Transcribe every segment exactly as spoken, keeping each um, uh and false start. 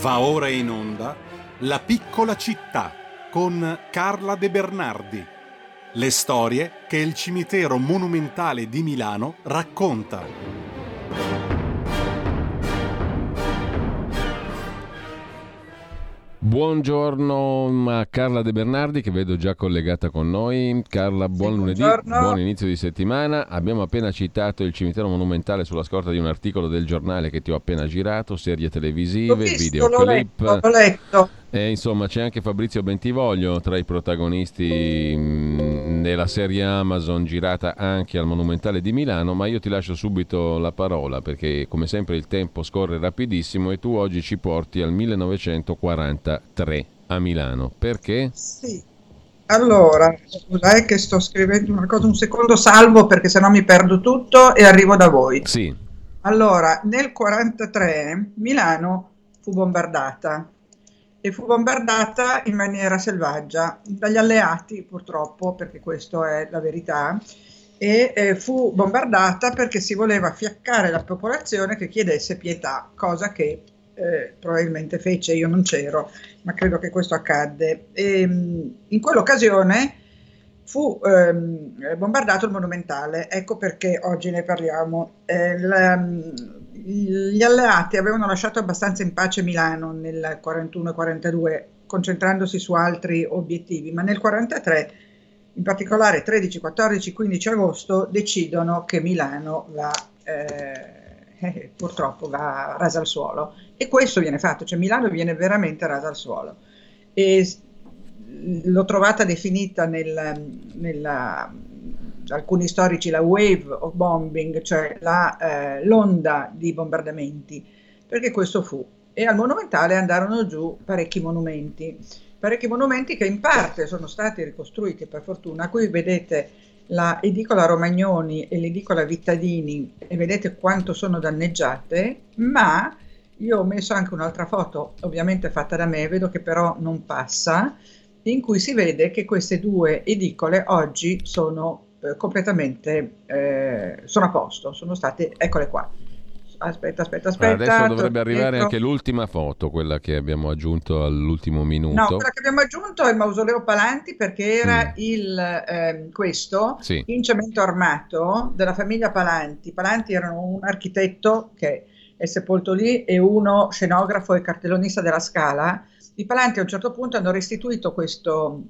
Va ora in onda La piccola città con Carla De Bernardi. Le storie che il cimitero monumentale di Milano racconta. Buongiorno a Carla De Bernardi, che vedo già collegata con noi. Carla, buon Sì, lunedì, buongiorno. buon inizio di settimana. Abbiamo appena citato il cimitero monumentale sulla scorta di un articolo del giornale che ti ho appena girato, serie L'ho televisive, visto, l'ho letto, videoclip. l'ho letto. E insomma c'è anche Fabrizio Bentivoglio tra i protagonisti mh, nella serie Amazon girata anche al Monumentale di Milano, ma io ti lascio subito la parola perché come sempre il tempo scorre rapidissimo e tu oggi ci porti al millenovecentoquarantatré a Milano. Perché? Sì. Allora, scusa, è che sto scrivendo una cosa, un secondo salvo perché sennò mi perdo tutto e arrivo da voi. Sì, Allora, nel quarantatré Milano fu bombardata e fu bombardata in maniera selvaggia dagli alleati, purtroppo, perché questa è la verità, e eh, fu bombardata perché si voleva fiaccare la popolazione che chiedesse pietà, cosa che eh, probabilmente fece, io non c'ero, ma credo che questo accadde. E, mh, in quell'occasione fu ehm, bombardato il Monumentale, ecco perché oggi ne parliamo. Eh, la- mh, gli alleati avevano lasciato abbastanza in pace Milano nel quarantuno e quarantadue, concentrandosi su altri obiettivi, ma nel quarantatré, in particolare tredici, quattordici, quindici agosto, decidono che Milano va, eh, eh, purtroppo va rasa al suolo. E questo viene fatto, cioè Milano viene veramente rasa al suolo. E s- l'ho trovata definita nel, nella, alcuni storici la wave of bombing, cioè la, eh, l'onda di bombardamenti, perché questo fu. E al Monumentale andarono giù parecchi monumenti, parecchi monumenti che in parte sono stati ricostruiti per fortuna. Qui vedete la edicola Romagnoni e l'edicola Vittadini e vedete quanto sono danneggiate, ma io ho messo anche un'altra foto, ovviamente fatta da me, vedo che però non passa, in cui si vede che queste due edicole oggi sono eh, completamente eh, sono a posto, sono state, eccole qua. Aspetta, aspetta, allora, adesso aspetta, torno dovrebbe arrivare indietro. anche l'ultima foto, quella che abbiamo aggiunto all'ultimo No, minuto. quella che abbiamo aggiunto è il mausoleo Palanti perché Mm, era il, ehm, questo sì. in cemento armato della famiglia Palanti. Palanti erano un architetto che è sepolto lì e uno scenografo e cartellonista della Scala. I Palanti a un certo punto hanno restituito questo,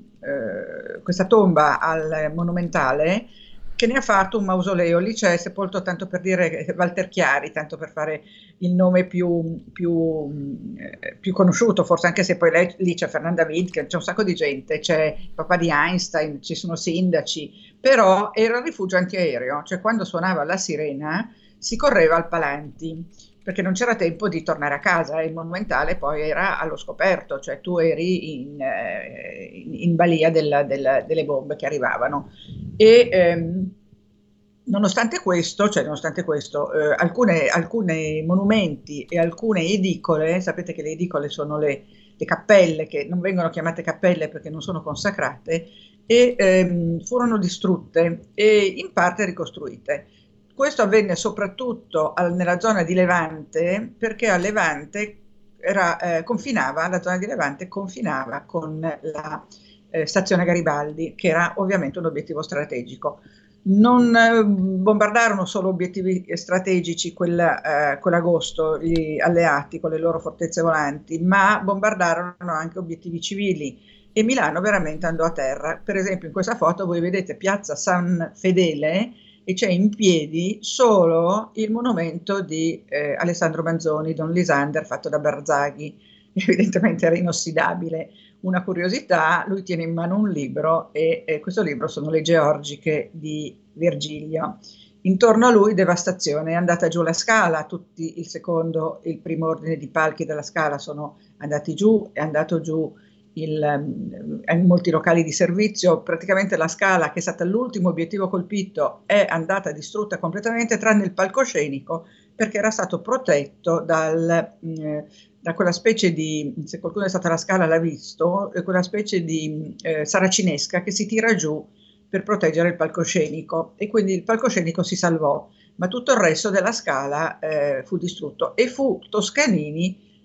eh, questa tomba al Monumentale che ne ha fatto un mausoleo. Lì c'è sepolto, tanto per dire, Walter Chiari, tanto per fare il nome più, più, eh, più conosciuto, forse, anche se poi lei, lì c'è Fernanda Wittgen, c'è un sacco di gente, c'è il papà di Einstein, ci sono sindaci, però era il rifugio antiaereo, cioè quando suonava la sirena si correva al Palanti, perché non c'era tempo di tornare a casa, e il Monumentale poi era allo scoperto, cioè tu eri in, eh, in, in balia della- della- delle bombe che arrivavano. E ehm, nonostante questo, cioè nonostante questo, eh, alcune, alcuni monumenti e alcune edicole, sapete che le edicole sono le, le cappelle che non vengono chiamate cappelle perché non sono consacrate, e ehm, furono distrutte e in parte ricostruite. Questo avvenne soprattutto al- nella zona di Levante, perché a Levante era, eh, confinava, la zona di Levante confinava con la eh, stazione Garibaldi, che era ovviamente un obiettivo strategico. Non eh, bombardarono solo obiettivi strategici quella, eh, quell'agosto gli alleati con le loro fortezze volanti, ma bombardarono anche obiettivi civili e Milano veramente andò a terra. Per esempio in questa foto voi vedete Piazza San Fedele e c'è in piedi solo il monumento di eh, Alessandro Manzoni, Don Lisander, fatto da Barzaghi, evidentemente era inossidabile. Una curiosità, lui tiene in mano un libro e, e questo libro sono le Georgiche di Virgilio. Intorno a lui devastazione, è andata giù la Scala, tutti il secondo e il primo ordine di palchi della Scala sono andati giù, è andato giù il, um, molti locali di servizio, praticamente la Scala, che è stata l'ultimo obiettivo colpito, è andata distrutta completamente, tranne il palcoscenico, perché era stato protetto dal, eh, da quella specie di, se qualcuno è stato alla Scala l'ha visto, quella specie di eh, saracinesca che si tira giù per proteggere il palcoscenico, e quindi il palcoscenico si salvò, ma tutto il resto della Scala eh, fu distrutto e fu Toscanini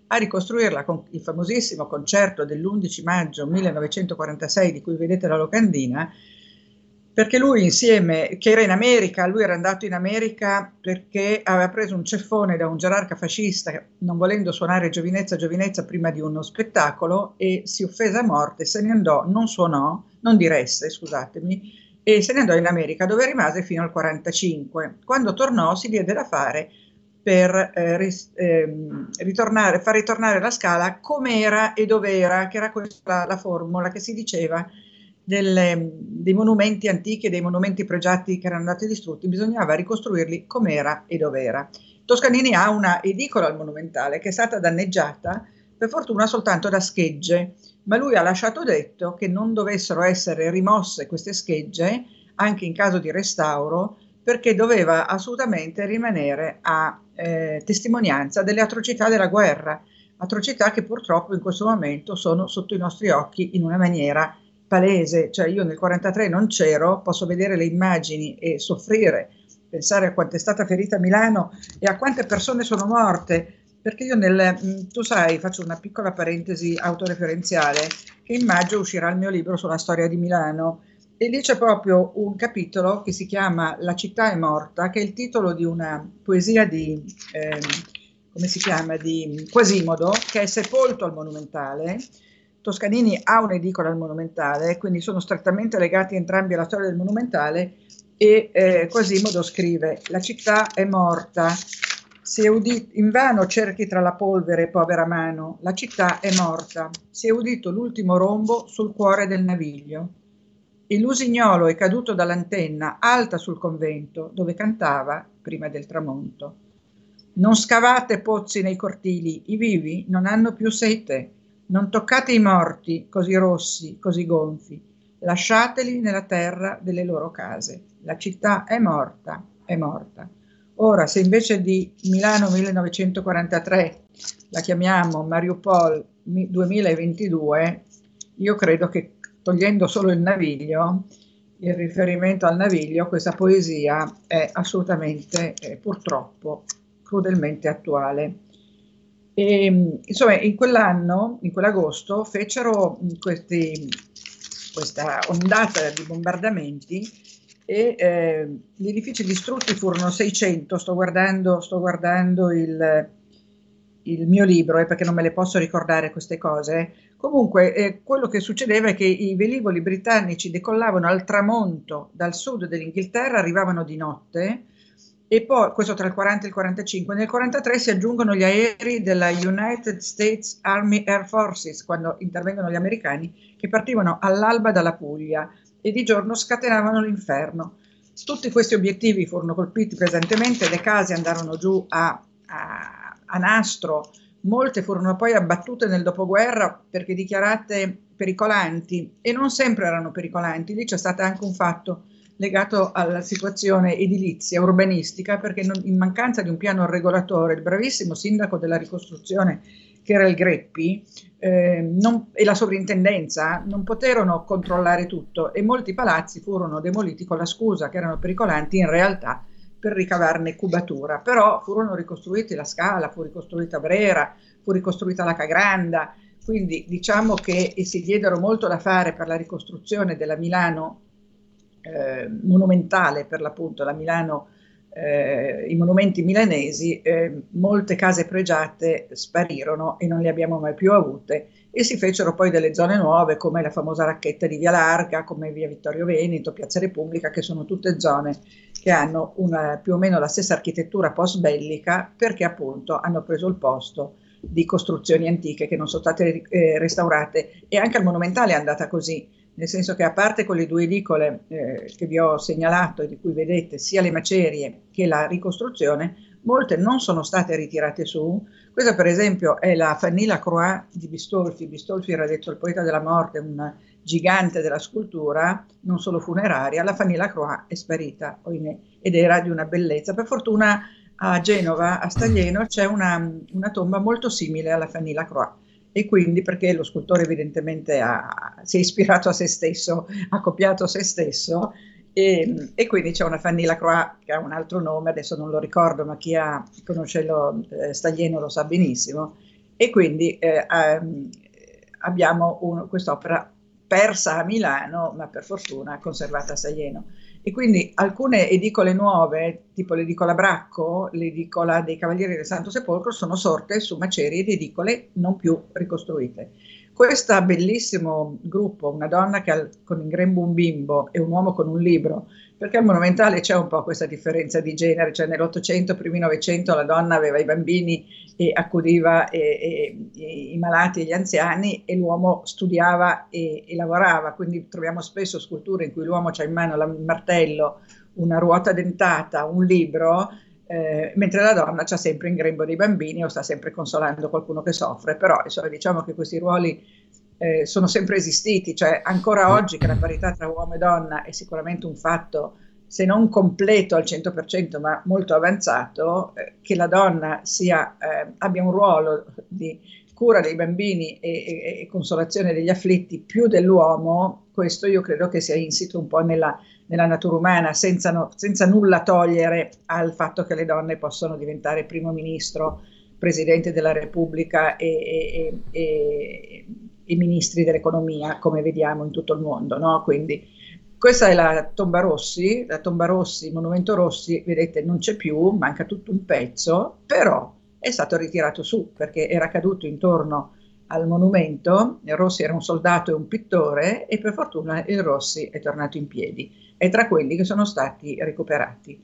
a ricostruirla con il famosissimo concerto dell'undici maggio millenovecentoquarantasei di cui vedete la locandina, perché lui insieme, che era in America, lui era andato in America perché aveva preso un ceffone da un gerarca fascista, non volendo suonare Giovinezza Giovinezza prima di uno spettacolo, e si offese a morte, se ne andò, non suonò, non diresse, scusatemi, e se ne andò in America, dove rimase fino al quarantacinque. Quando tornò si diede da fare per eh, ris- ehm, ritornare, far ritornare la Scala come era e dov'era, che era questa la, la formula che si diceva delle, dei monumenti antichi e dei monumenti pregiati che erano andati distrutti, bisognava ricostruirli com'era e dov'era. Toscanini ha una edicola al Monumentale che è stata danneggiata, per fortuna soltanto da schegge, ma lui ha lasciato detto che non dovessero essere rimosse queste schegge anche in caso di restauro, perché doveva assolutamente rimanere a eh, testimonianza delle atrocità della guerra, atrocità che purtroppo in questo momento sono sotto i nostri occhi in una maniera palese. Cioè io nel quarantatré non c'ero, posso vedere le immagini e soffrire, pensare a quanto è stata ferita Milano e a quante persone sono morte, perché io nel, tu sai, faccio una piccola parentesi autoreferenziale, che in maggio uscirà il mio libro sulla storia di Milano, e lì c'è proprio un capitolo che si chiama La città è morta, che è il titolo di una poesia di, eh, come si chiama, di Quasimodo, che è sepolto al Monumentale. Toscanini ha un'edicola al Monumentale, quindi sono strettamente legati entrambi alla storia del Monumentale, e eh, Quasimodo scrive: la città è morta, si è udito, invano cerchi tra la polvere, povera mano, la città è morta, si è udito l'ultimo rombo sul cuore del naviglio. Il lusignolo è caduto dall'antenna alta sul convento, dove cantava prima del tramonto. Non scavate pozzi nei cortili, i vivi non hanno più sete. Non toccate i morti, così rossi, così gonfi. Lasciateli nella terra delle loro case. La città è morta, è morta. Ora, se invece di Milano millenovecentoquarantatré la chiamiamo Mariupol duemilaventidue, io credo che, togliendo solo il naviglio, il riferimento al naviglio, questa poesia è assolutamente, eh, purtroppo, crudelmente attuale. E, insomma, in quell'anno, in quell'agosto, fecero questi, questa ondata di bombardamenti e eh, gli edifici distrutti furono seicento. Sto guardando, sto guardando il, il mio libro, eh, perché non me le posso ricordare queste cose. Comunque, eh, quello che succedeva è che i velivoli britannici decollavano al tramonto dal sud dell'Inghilterra, arrivavano di notte, e poi, questo tra il quaranta e il quarantacinque, nel quarantatré si aggiungono gli aerei della United States Army Air Forces, quando intervengono gli americani, che partivano all'alba dalla Puglia e di giorno scatenavano l'inferno. Tutti questi obiettivi furono colpiti pesantemente, le case andarono giù a, a, a nastro, molte furono poi abbattute nel dopoguerra perché dichiarate pericolanti, e non sempre erano pericolanti. Lì c'è stato anche un fatto legato alla situazione edilizia, urbanistica, perché non, in mancanza di un piano regolatore, il bravissimo sindaco della ricostruzione, che era il Greppi, eh, non, e la sovrintendenza non poterono controllare tutto, e molti palazzi furono demoliti con la scusa che erano pericolanti, in realtà per ricavarne cubatura. Però furono ricostruiti la Scala, fu ricostruita Brera, fu ricostruita la Cagranda, quindi diciamo che si diedero molto da fare per la ricostruzione della Milano Eh, monumentale, per l'appunto la Milano, eh, i monumenti milanesi. Eh, molte case pregiate sparirono e non le abbiamo mai più avute, e si fecero poi delle zone nuove come la famosa Racchetta di Via Larga, come Via Vittorio Veneto, Piazza Repubblica, che sono tutte zone che hanno una, più o meno la stessa architettura post bellica, perché appunto hanno preso il posto di costruzioni antiche che non sono state eh, restaurate. E anche al Monumentale è andata così, nel senso che, a parte con le due edicole eh, che vi ho segnalato e di cui vedete sia le macerie che la ricostruzione, molte non sono state ritirate su. Questa per esempio è la Fanny Croix di Bistolfi. Bistolfi era detto il poeta della morte, un gigante della scultura, non solo funeraria. La Fanny Croix è sparita, oimè, ed era di una bellezza. Per fortuna a Genova, a Staglieno, c'è una, una tomba molto simile alla Fanny Croix. E quindi, perché lo scultore evidentemente ha, si è ispirato a se stesso, ha copiato se stesso, e, e quindi c'è una Fanny Croix che ha un altro nome, adesso non lo ricordo, ma chi ha, conosce lo, eh, Staglieno lo sa benissimo, e quindi eh, ehm, abbiamo un, quest'opera persa a Milano, ma per fortuna conservata a Saieno. E quindi alcune edicole nuove, tipo l'edicola Bracco, l'edicola dei Cavalieri del Santo Sepolcro, sono sorte su macerie di edicole non più ricostruite. Questo bellissimo gruppo, una donna che ha, con in grembo un bimbo e un uomo con un libro, perché al Monumentale c'è un po' questa differenza di genere, cioè nell'Ottocento, primi Novecento la donna aveva i bambini e accudiva e, e, e, i malati e gli anziani, e l'uomo studiava e, e lavorava, quindi troviamo spesso sculture in cui l'uomo ha in mano il martello, una ruota dentata, un libro, eh, mentre la donna c'ha sempre in grembo dei bambini o sta sempre consolando qualcuno che soffre. Però insomma, diciamo che questi ruoli eh, sono sempre esistiti, cioè ancora oggi che la parità tra uomo e donna è sicuramente un fatto, se non completo al cento per cento, ma molto avanzato, eh, che la donna sia, eh, abbia un ruolo di cura dei bambini e, e, e consolazione degli afflitti più dell'uomo, questo io credo che sia insito un po' nella, nella natura umana, senza, no, senza nulla togliere al fatto che le donne possono diventare primo ministro, presidente della Repubblica e, e, e, e ministri dell'economia, come vediamo in tutto il mondo, no? Quindi questa è la tomba Rossi, la tomba Rossi, il monumento Rossi, vedete non c'è più, manca tutto un pezzo, però è stato ritirato su perché era caduto intorno al monumento. Il Rossi era un soldato e un pittore, e per fortuna il Rossi è tornato in piedi, è tra quelli che sono stati recuperati.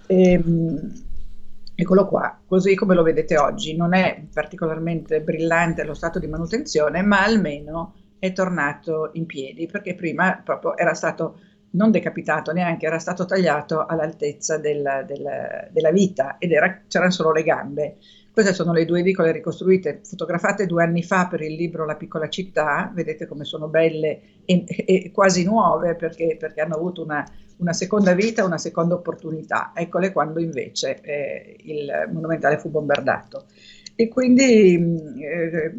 Ehm, eccolo qua, così come lo vedete oggi. Non è particolarmente brillante lo stato di manutenzione, ma almeno è tornato in piedi, perché prima proprio era stato non decapitato neanche, era stato tagliato all'altezza del, del, della vita, ed era, c'erano solo le gambe. Queste sono le due edicole ricostruite, fotografate due anni fa per il libro La piccola città. Vedete come sono belle e, e quasi nuove, perché, perché hanno avuto una, una seconda vita, una seconda opportunità. Eccole quando invece eh, il Monumentale fu bombardato. E quindi eh,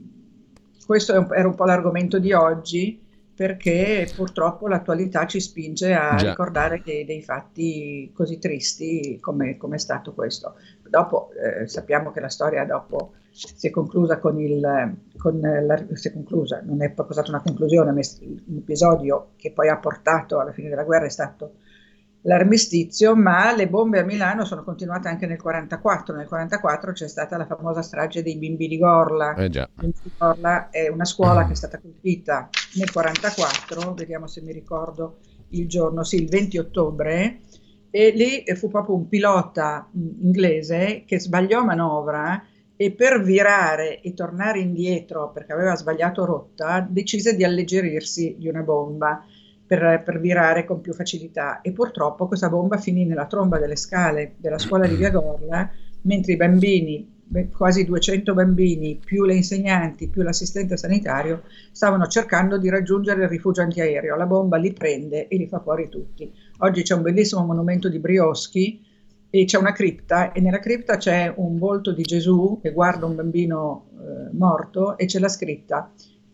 questo era un po' l'argomento di oggi, perché purtroppo l'attualità ci spinge a Già. ricordare dei, dei fatti così tristi come, come è stato questo. Dopo eh, sappiamo che la storia dopo si è conclusa con il, con la, si è conclusa, non è proprio stata una conclusione, ma un episodio che poi ha portato alla fine della guerra è stato l'armistizio, ma le bombe a Milano sono continuate anche nel quarantaquattro. Nel quarantaquattro c'è stata la famosa strage dei bimbi di Gorla. Eh già. Bimbi di Gorla è una scuola che è stata colpita nel quarantaquattro, vediamo se mi ricordo il giorno, sì, il venti ottobre, e lì fu proprio un pilota inglese che sbagliò manovra e per virare e tornare indietro, perché aveva sbagliato rotta, decise di alleggerirsi di una bomba per, per virare con più facilità, e purtroppo questa bomba finì nella tromba delle scale della scuola di Via Gorla, mentre i bambini, quasi duecento bambini, più le insegnanti, più l'assistente sanitario, stavano cercando di raggiungere il rifugio antiaereo. La bomba li prende e li fa fuori tutti. Oggi c'è un bellissimo monumento di Brioschi e c'è una cripta, e nella cripta c'è un volto di Gesù che guarda un bambino eh, morto, e c'è la scritta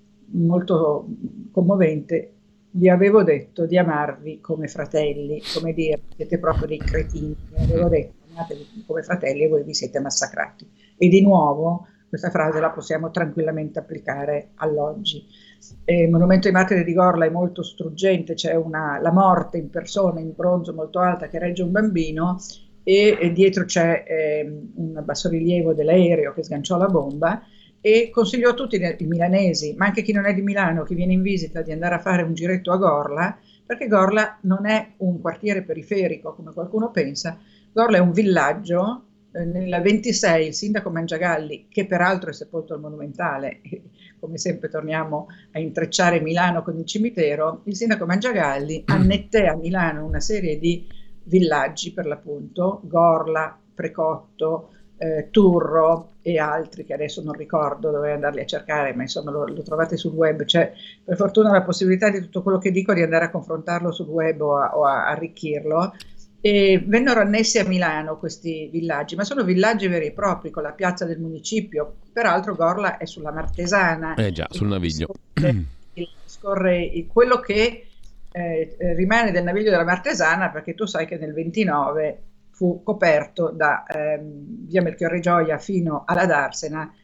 molto commovente: vi avevo detto di amarvi come fratelli, come dire, siete proprio dei cretini, vi avevo detto amatevi come fratelli e voi vi siete massacrati. E di nuovo questa frase la possiamo tranquillamente applicare all'oggi. Il monumento ai martiri di Gorla è molto struggente, c'è una, la morte in persona in bronzo molto alta che regge un bambino, e, e dietro c'è eh, un bassorilievo dell'aereo che sganciò la bomba. E consiglio a tutti i milanesi, ma anche chi non è di Milano, chi viene in visita, di andare a fare un giretto a Gorla, perché Gorla non è un quartiere periferico come qualcuno pensa. Gorla è un villaggio. Eh, nel ventisei il sindaco Mangiagalli, che peraltro è sepolto al Monumentale, e come sempre torniamo a intrecciare Milano con il cimitero, il sindaco Mangiagalli annetté a Milano una serie di villaggi, per l'appunto, Gorla, Precotto, Eh, Turro e altri che adesso non ricordo, dovrei andarli a cercare, ma insomma lo, lo trovate sul web. C'è per fortuna la possibilità di tutto quello che dico di andare a confrontarlo sul web o a, o a arricchirlo. E vennero annessi a Milano questi villaggi, ma sono villaggi veri e propri, con la piazza del municipio. Peraltro Gorla è sulla Martesana, eh già, sul Naviglio scorre, scorre quello che eh, rimane del Naviglio della Martesana, perché tu sai che nel ventinove fu coperto da ehm, via Melchiorre Gioia fino alla Darsena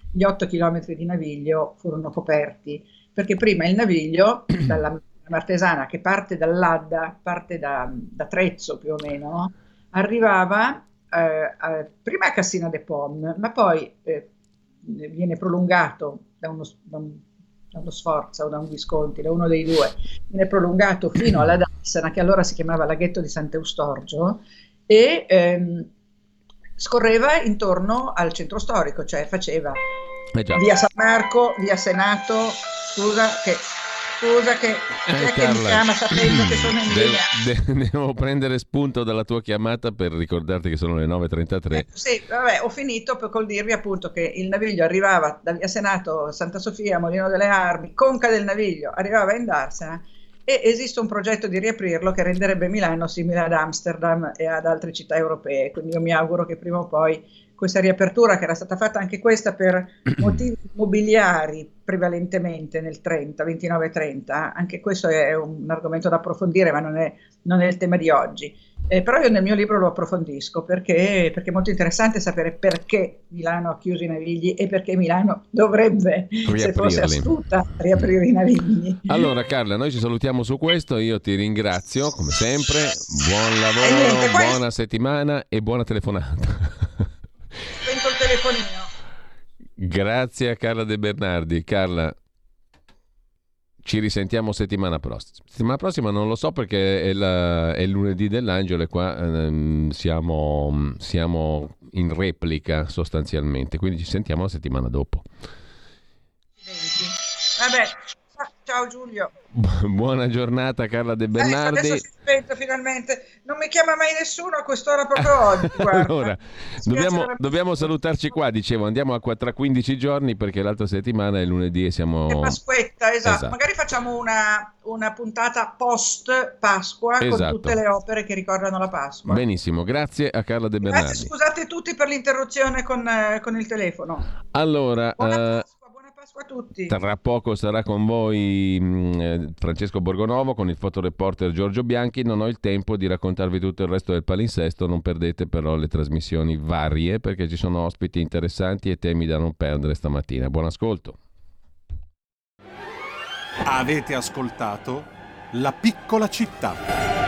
gli otto chilometri di naviglio furono coperti, perché prima il naviglio, dalla Martesana, che parte dall'Adda, parte da, da Trezzo più o meno, arrivava eh, a, prima a Cassina de Pom, ma poi eh, viene prolungato da uno, da, un, da uno Sforza o da un Visconti, da uno dei due, viene prolungato fino alla Dassana, che allora si chiamava laghetto di Sant'Eustorgio, e ehm, scorreva intorno al centro storico, cioè faceva eh via San Marco, via Senato, scusa che... Scusa che, eh, che mi chiama sapendo che sono in devo, linea. De- devo prendere spunto dalla tua chiamata per ricordarti che sono le nove e trentatré. Eh, sì, vabbè, ho finito per col dirvi appunto che il naviglio arrivava da via Senato, Santa Sofia, Molino delle Armi, Conca del Naviglio, arrivava in Darsena, e esiste un progetto di riaprirlo che renderebbe Milano simile ad Amsterdam e ad altre città europee, quindi io mi auguro che prima o poi questa riapertura, che era stata fatta anche questa per motivi immobiliari prevalentemente nel trenta, ventinove trenta, anche questo è un argomento da approfondire, ma non è, non è il tema di oggi. Eh, però io nel mio libro lo approfondisco perché, perché è molto interessante sapere perché Milano ha chiuso i navigli e perché Milano dovrebbe, se fosse astuta, riaprire i navigli. Allora Carla, noi ci salutiamo su questo, io ti ringrazio come sempre, buon lavoro, niente, poi... buona settimana e buona telefonata. Spento il telefonino. Grazie a Carla De Bernardi. Carla, ci risentiamo settimana prossima. Settimana prossima non lo so perché è, la, è il lunedì dell'Angelo e qua ehm, siamo, siamo in replica sostanzialmente, quindi ci sentiamo la settimana dopo. Vabbè, ciao Giulio. Buona giornata Carla De Bernardi. Adesso si spento finalmente, non mi chiama mai nessuno a quest'ora proprio oggi. Guarda. Allora, dobbiamo, dobbiamo salutarci qua, dicevo, andiamo a tra quindici giorni perché l'altra settimana è lunedì e siamo... È Pasquetta, esatto. esatto. Magari facciamo una, una puntata post Pasqua esatto. con tutte le opere che ricordano la Pasqua. Benissimo, grazie a Carla De Bernardi. Grazie, scusate tutti per l'interruzione con, eh, con il telefono. Allora... Buona Pasqua. A tutti. Tra poco sarà con voi mh, Francesco Borgonovo con il fotoreporter Giorgio Bianchi. Non ho il tempo di raccontarvi tutto il resto del palinsesto, non perdete però le trasmissioni varie perché ci sono ospiti interessanti e temi da non perdere stamattina. Buon ascolto. Avete ascoltato La Piccola Città.